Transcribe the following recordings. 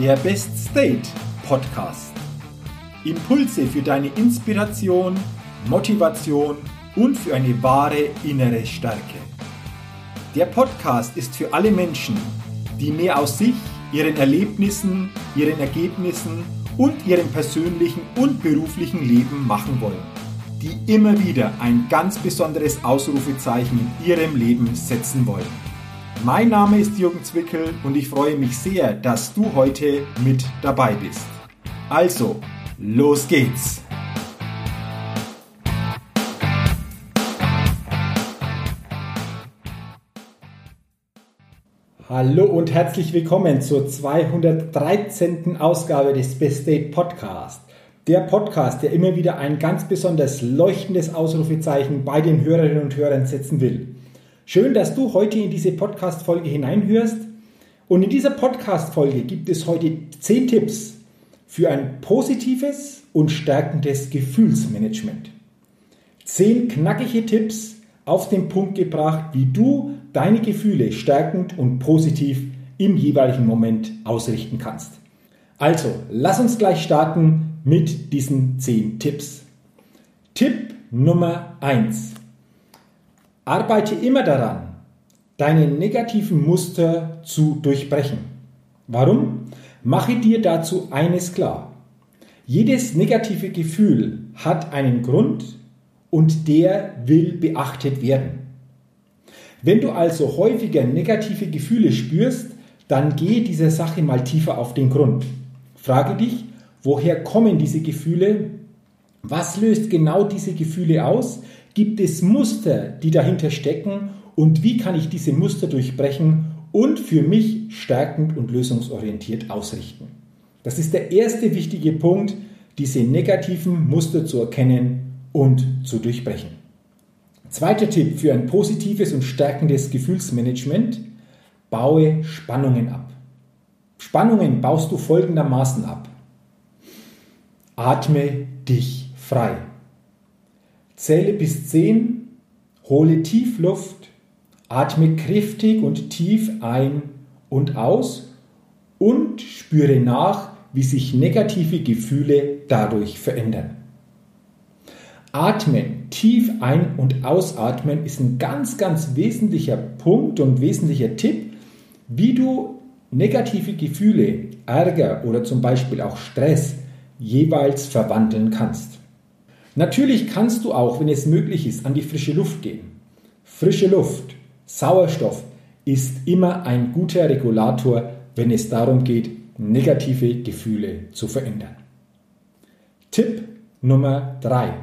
der Best State Podcast. Impulse für deine Inspiration, Motivation und für eine wahre innere Stärke. Der Podcast ist für alle Menschen, die mehr aus sich, ihren Erlebnissen, ihren Ergebnissen und ihrem persönlichen und beruflichen Leben machen wollen, die immer wieder ein ganz besonderes Ausrufezeichen in ihrem Leben setzen wollen. Mein Name ist Jürgen Zwickel und ich freue mich sehr, dass du heute mit dabei bist. Also, los geht's! Hallo und herzlich willkommen zur 213. Ausgabe des Best State Podcast. Der Podcast, der immer wieder ein ganz besonders leuchtendes Ausrufezeichen bei den Hörerinnen und Hörern setzen will. Schön, dass du heute in diese Podcast-Folge hineinhörst. Und in dieser Podcast-Folge gibt es heute 10 Tipps für ein positives und stärkendes Gefühlsmanagement. 10 knackige Tipps auf den Punkt gebracht, wie du deine Gefühle stärkend und positiv im jeweiligen Moment ausrichten kannst. Also, lass uns gleich starten mit diesen 10 Tipps. Tipp Nummer 1. Arbeite immer daran, deine negativen Muster zu durchbrechen. Warum? Mache dir dazu eines klar. Jedes negative Gefühl hat einen Grund und der will beachtet werden. Wenn du also häufiger negative Gefühle spürst, dann gehe dieser Sache mal tiefer auf den Grund. Frage dich, woher kommen diese Gefühle? Was löst genau diese Gefühle aus? Gibt es Muster, die dahinter stecken? Und wie kann ich diese Muster durchbrechen und für mich stärkend und lösungsorientiert ausrichten? Das ist der erste wichtige Punkt, diese negativen Muster zu erkennen und zu durchbrechen. Zweiter Tipp für ein positives und stärkendes Gefühlsmanagement: Baue Spannungen ab. Spannungen baust du folgendermaßen ab. Atme dich frei. Zähle bis 10, hole tief Luft, atme kräftig und tief ein und aus und spüre nach, wie sich negative Gefühle dadurch verändern. Atmen, tief ein- und ausatmen ist ein ganz, ganz wesentlicher Punkt und wesentlicher Tipp, wie du negative Gefühle, Ärger oder zum Beispiel auch Stress jeweils verwandeln kannst. Natürlich kannst du auch, wenn es möglich ist, an die frische Luft gehen. Frische Luft, Sauerstoff ist immer ein guter Regulator, wenn es darum geht, negative Gefühle zu verändern. Tipp Nummer 3.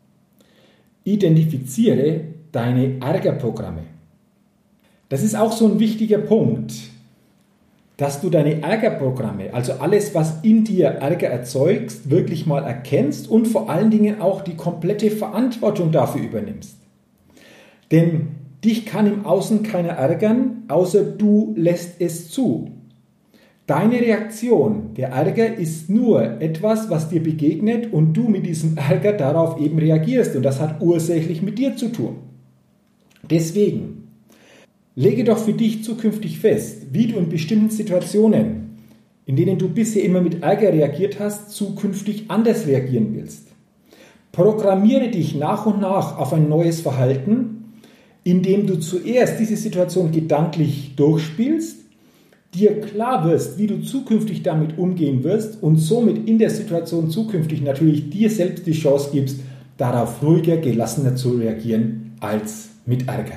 Identifiziere deine Ärgerprogramme. Das ist auch so ein wichtiger Punkt, dass du deine Ärgerprogramme, also alles, was in dir Ärger erzeugt, wirklich mal erkennst und vor allen Dingen auch die komplette Verantwortung dafür übernimmst. Denn dich kann im Außen keiner ärgern, außer du lässt es zu. Deine Reaktion, der Ärger, ist nur etwas, was dir begegnet und du mit diesem Ärger darauf eben reagierst. Und das hat ursächlich mit dir zu tun. Deswegen lege doch für dich zukünftig fest, wie du in bestimmten Situationen, in denen du bisher immer mit Ärger reagiert hast, zukünftig anders reagieren willst. Programmiere dich nach und nach auf ein neues Verhalten, indem du zuerst diese Situation gedanklich durchspielst, dir klar wirst, wie du zukünftig damit umgehen wirst und somit in der Situation zukünftig natürlich dir selbst die Chance gibst, darauf ruhiger, gelassener zu reagieren als mit Ärger.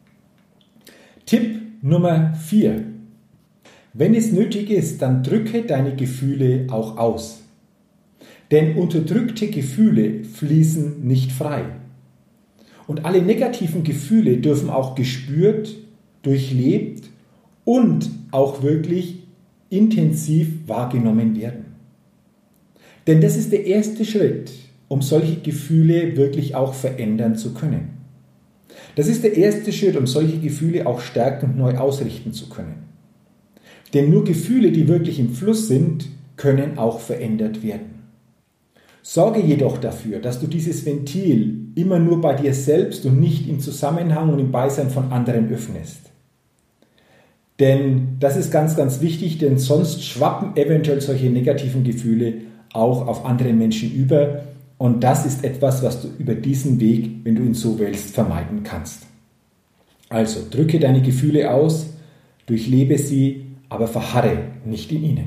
Tipp Nummer 4. Wenn es nötig ist, dann drücke deine Gefühle auch aus. Denn unterdrückte Gefühle fließen nicht frei. Und alle negativen Gefühle dürfen auch gespürt, durchlebt und auch wirklich intensiv wahrgenommen werden. Denn das ist der erste Schritt, um solche Gefühle wirklich auch verändern zu können. Das ist der erste Schritt, um solche Gefühle auch stärkend neu ausrichten zu können. Denn nur Gefühle, die wirklich im Fluss sind, können auch verändert werden. Sorge jedoch dafür, dass du dieses Ventil immer nur bei dir selbst und nicht im Zusammenhang und im Beisein von anderen öffnest. Denn das ist ganz, ganz wichtig, denn sonst schwappen eventuell solche negativen Gefühle auch auf andere Menschen über. Und das ist etwas, was du über diesen Weg, wenn du ihn so wählst, vermeiden kannst. Also drücke deine Gefühle aus, durchlebe sie, aber verharre nicht in ihnen.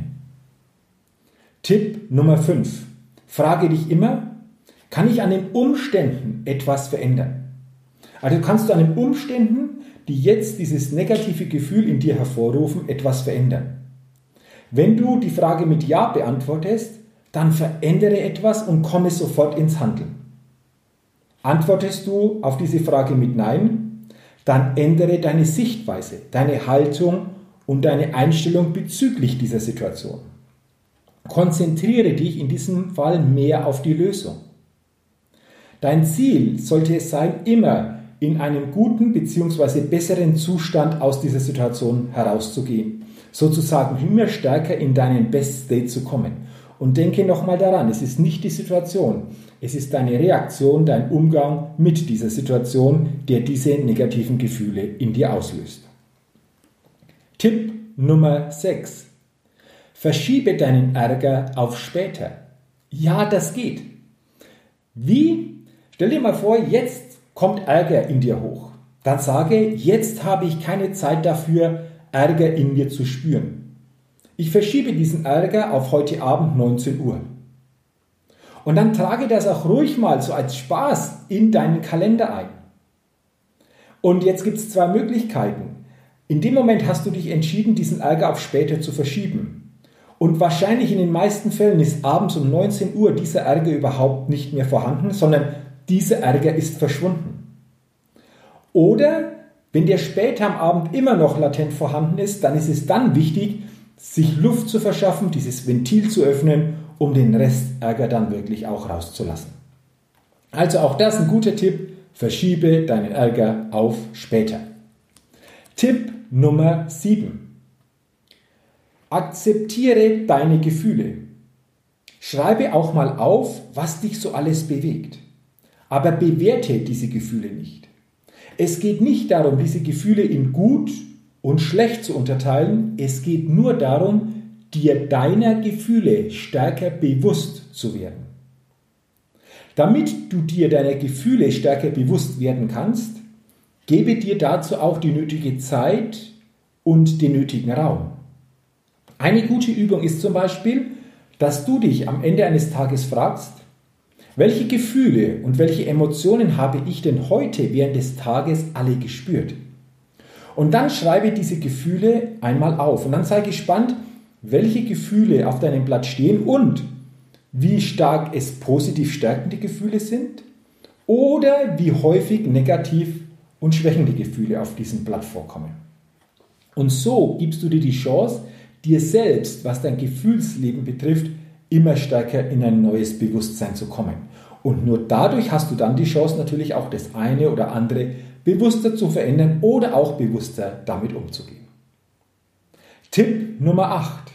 Tipp Nummer 5. Frage dich immer, kann ich an den Umständen etwas verändern? Also kannst du an den Umständen, die jetzt dieses negative Gefühl in dir hervorrufen, etwas verändern. Wenn du die Frage mit Ja beantwortest, dann verändere etwas und komme sofort ins Handeln. Antwortest du auf diese Frage mit Nein, dann ändere deine Sichtweise, deine Haltung und deine Einstellung bezüglich dieser Situation. Konzentriere dich in diesem Fall mehr auf die Lösung. Dein Ziel sollte es sein, immer in einem guten bzw. besseren Zustand aus dieser Situation herauszugehen. Sozusagen immer stärker in deinen Best State zu kommen. Und denke nochmal daran, es ist nicht die Situation, es ist deine Reaktion, dein Umgang mit dieser Situation, der diese negativen Gefühle in dir auslöst. Tipp Nummer 6. Verschiebe deinen Ärger auf später. Ja, das geht. Wie? Stell dir mal vor, jetzt kommt Ärger in dir hoch. Dann sage, jetzt habe ich keine Zeit dafür, Ärger in mir zu spüren. Ich verschiebe diesen Ärger auf heute Abend 19 Uhr. Und dann trage das auch ruhig mal so als Spaß in deinen Kalender ein. Und jetzt gibt es zwei Möglichkeiten. In dem Moment hast du dich entschieden, diesen Ärger auf später zu verschieben. Und wahrscheinlich in den meisten Fällen ist abends um 19 Uhr dieser Ärger überhaupt nicht mehr vorhanden, sondern dieser Ärger ist verschwunden. Oder wenn der später am Abend immer noch latent vorhanden ist, dann ist es dann wichtig, sich Luft zu verschaffen, dieses Ventil zu öffnen, um den Restärger dann wirklich auch rauszulassen. Also auch das ein guter Tipp, verschiebe deinen Ärger auf später. Tipp Nummer 7. Akzeptiere deine Gefühle. Schreibe auch mal auf, was dich so alles bewegt. Aber bewerte diese Gefühle nicht. Es geht nicht darum, diese Gefühle in gut und schlecht zu unterteilen. Es geht nur darum, dir deiner Gefühle stärker bewusst zu werden. Damit du dir deiner Gefühle stärker bewusst werden kannst, gebe dir dazu auch die nötige Zeit und den nötigen Raum. Eine gute Übung ist zum Beispiel, dass du dich am Ende eines Tages fragst, welche Gefühle und welche Emotionen habe ich denn heute während des Tages alle gespürt? Und dann schreibe diese Gefühle einmal auf und dann sei gespannt, welche Gefühle auf deinem Blatt stehen und wie stark es positiv stärkende Gefühle sind oder wie häufig negativ und schwächende Gefühle auf diesem Blatt vorkommen. Und so gibst du dir die Chance, dir selbst, was dein Gefühlsleben betrifft, immer stärker in ein neues Bewusstsein zu kommen. Und nur dadurch hast du dann die Chance, natürlich auch das eine oder andere bewusster zu verändern oder auch bewusster damit umzugehen. Tipp Nummer 8.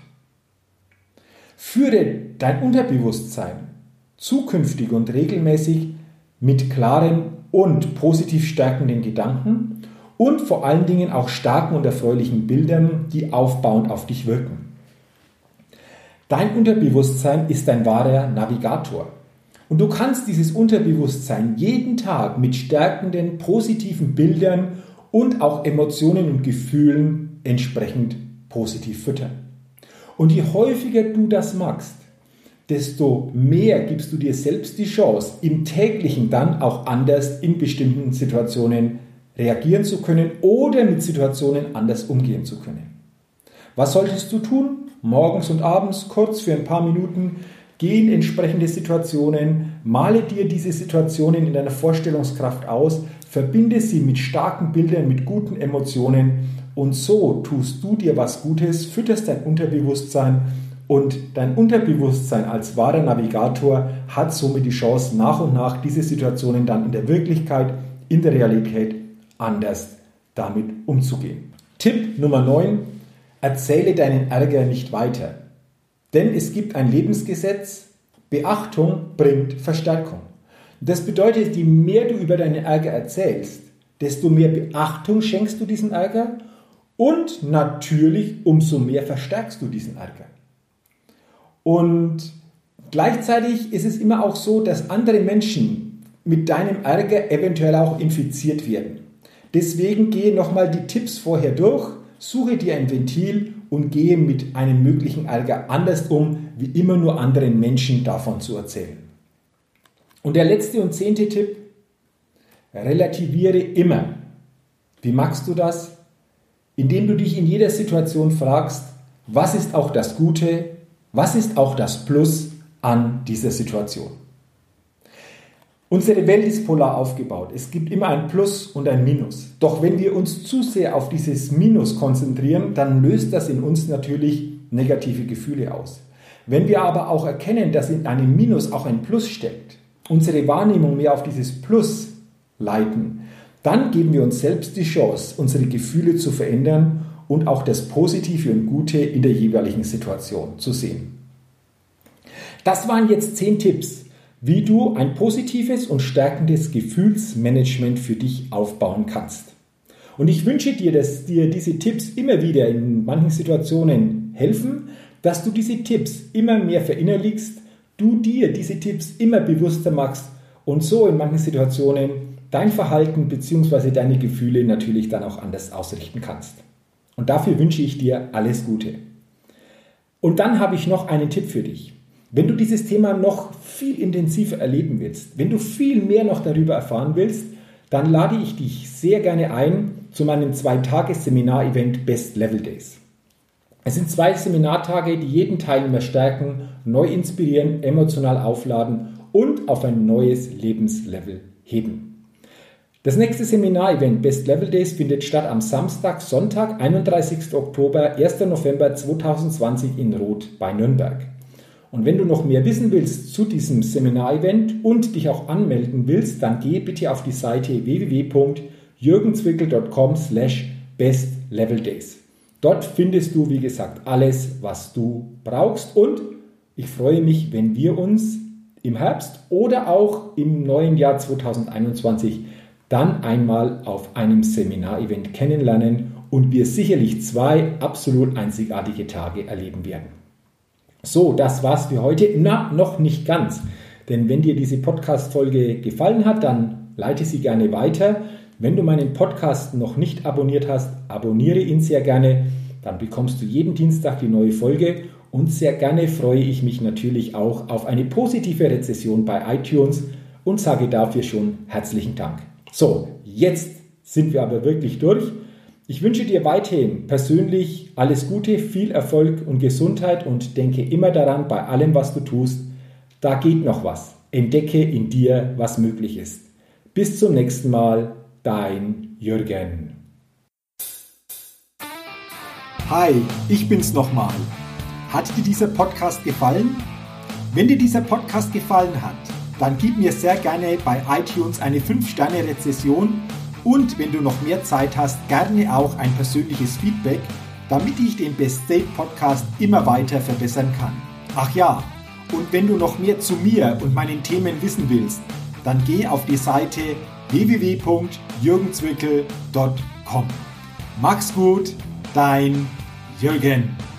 Führe dein Unterbewusstsein zukünftig und regelmäßig mit klaren und positiv stärkenden Gedanken und vor allen Dingen auch starken und erfreulichen Bildern, die aufbauend auf dich wirken. Dein Unterbewusstsein ist dein wahrer Navigator. Und du kannst dieses Unterbewusstsein jeden Tag mit stärkenden, positiven Bildern und auch Emotionen und Gefühlen entsprechend positiv füttern. Und je häufiger du das machst, desto mehr gibst du dir selbst die Chance, im täglichen dann auch anders in bestimmten Situationen reagieren zu können oder mit Situationen anders umgehen zu können. Was solltest du tun? Morgens und abends, kurz für ein paar Minuten, geh in entsprechende Situationen, male dir diese Situationen in deiner Vorstellungskraft aus, verbinde sie mit starken Bildern, mit guten Emotionen und so tust du dir was Gutes, fütterst dein Unterbewusstsein und dein Unterbewusstsein als wahrer Navigator hat somit die Chance, nach und nach diese Situationen dann in der Wirklichkeit, in der Realität anders damit umzugehen. Tipp Nummer 9. Erzähle deinen Ärger nicht weiter. Denn es gibt ein Lebensgesetz, Beachtung bringt Verstärkung. Das bedeutet, je mehr du über deinen Ärger erzählst, desto mehr Beachtung schenkst du diesem Ärger Und natürlich, umso mehr verstärkst du diesen Ärger. Und gleichzeitig ist es immer auch so, dass andere Menschen mit deinem Ärger eventuell auch infiziert werden. Deswegen gehe nochmal die Tipps vorher durch, suche dir ein Ventil und gehe mit einem möglichen Ärger anders um, wie immer nur anderen Menschen davon zu erzählen. Und der letzte und 10. Tipp, relativiere immer. Wie machst du das? Indem du dich in jeder Situation fragst, was ist auch das Gute, was ist auch das Plus an dieser Situation? Unsere Welt ist polar aufgebaut. Es gibt immer ein Plus und ein Minus. Doch wenn wir uns zu sehr auf dieses Minus konzentrieren, dann löst das in uns natürlich negative Gefühle aus. Wenn wir aber auch erkennen, dass in einem Minus auch ein Plus steckt, unsere Wahrnehmung mehr auf dieses Plus leiten, dann geben wir uns selbst die Chance, unsere Gefühle zu verändern und auch das Positive und Gute in der jeweiligen Situation zu sehen. Das waren jetzt 10 Tipps, wie du ein positives und stärkendes Gefühlsmanagement für dich aufbauen kannst. Und ich wünsche dir, dass dir diese Tipps immer wieder in manchen Situationen helfen, dass du diese Tipps immer mehr verinnerlichst, du dir diese Tipps immer bewusster machst und so in manchen Situationen dein Verhalten bzw. deine Gefühle natürlich dann auch anders ausrichten kannst. Und dafür wünsche ich dir alles Gute. Und dann habe ich noch einen Tipp für dich. Wenn du dieses Thema noch viel intensiver erleben willst, wenn du viel mehr noch darüber erfahren willst, dann lade ich dich sehr gerne ein zu meinem 2-Tages-Seminar-Event Best Level Days. Es sind 2 Seminartage, die jeden Teilnehmer stärken, neu inspirieren, emotional aufladen und auf ein neues Lebenslevel heben. Das nächste Seminar-Event Best Level Days findet statt am Samstag, Sonntag, 31. Oktober, 1. November 2020 in Roth bei Nürnberg. Und wenn du noch mehr wissen willst zu diesem Seminarevent und dich auch anmelden willst, dann geh bitte auf die Seite www.jürgenzwickel.com/bestleveldays. Dort findest du, wie gesagt, alles, was du brauchst. Und ich freue mich, wenn wir uns im Herbst oder auch im neuen Jahr 2021 dann einmal auf einem Seminarevent kennenlernen und wir sicherlich 2 absolut einzigartige Tage erleben werden. So, das war's für heute. Na, noch nicht ganz. Denn wenn dir diese Podcast-Folge gefallen hat, dann leite sie gerne weiter. Wenn du meinen Podcast noch nicht abonniert hast, abonniere ihn sehr gerne. Dann bekommst du jeden Dienstag die neue Folge. Und sehr gerne freue ich mich natürlich auch auf eine positive Rezession bei iTunes und sage dafür schon herzlichen Dank. So, jetzt sind wir aber wirklich durch. Ich wünsche dir weiterhin persönlich alles Gute, viel Erfolg und Gesundheit und denke immer daran, bei allem, was du tust, da geht noch was. Entdecke in dir, was möglich ist. Bis zum nächsten Mal, dein Jürgen. Hi, ich bin's nochmal. Hat dir dieser Podcast gefallen? Wenn dir dieser Podcast gefallen hat, dann gib mir sehr gerne bei iTunes eine 5-Sterne-Rezession. Und wenn du noch mehr Zeit hast, gerne auch ein persönliches Feedback, damit ich den Best State Podcast immer weiter verbessern kann. Ach ja, und wenn du noch mehr zu mir und meinen Themen wissen willst, dann geh auf die Seite www.jürgenzwickel.com. Mach's gut, dein Jürgen.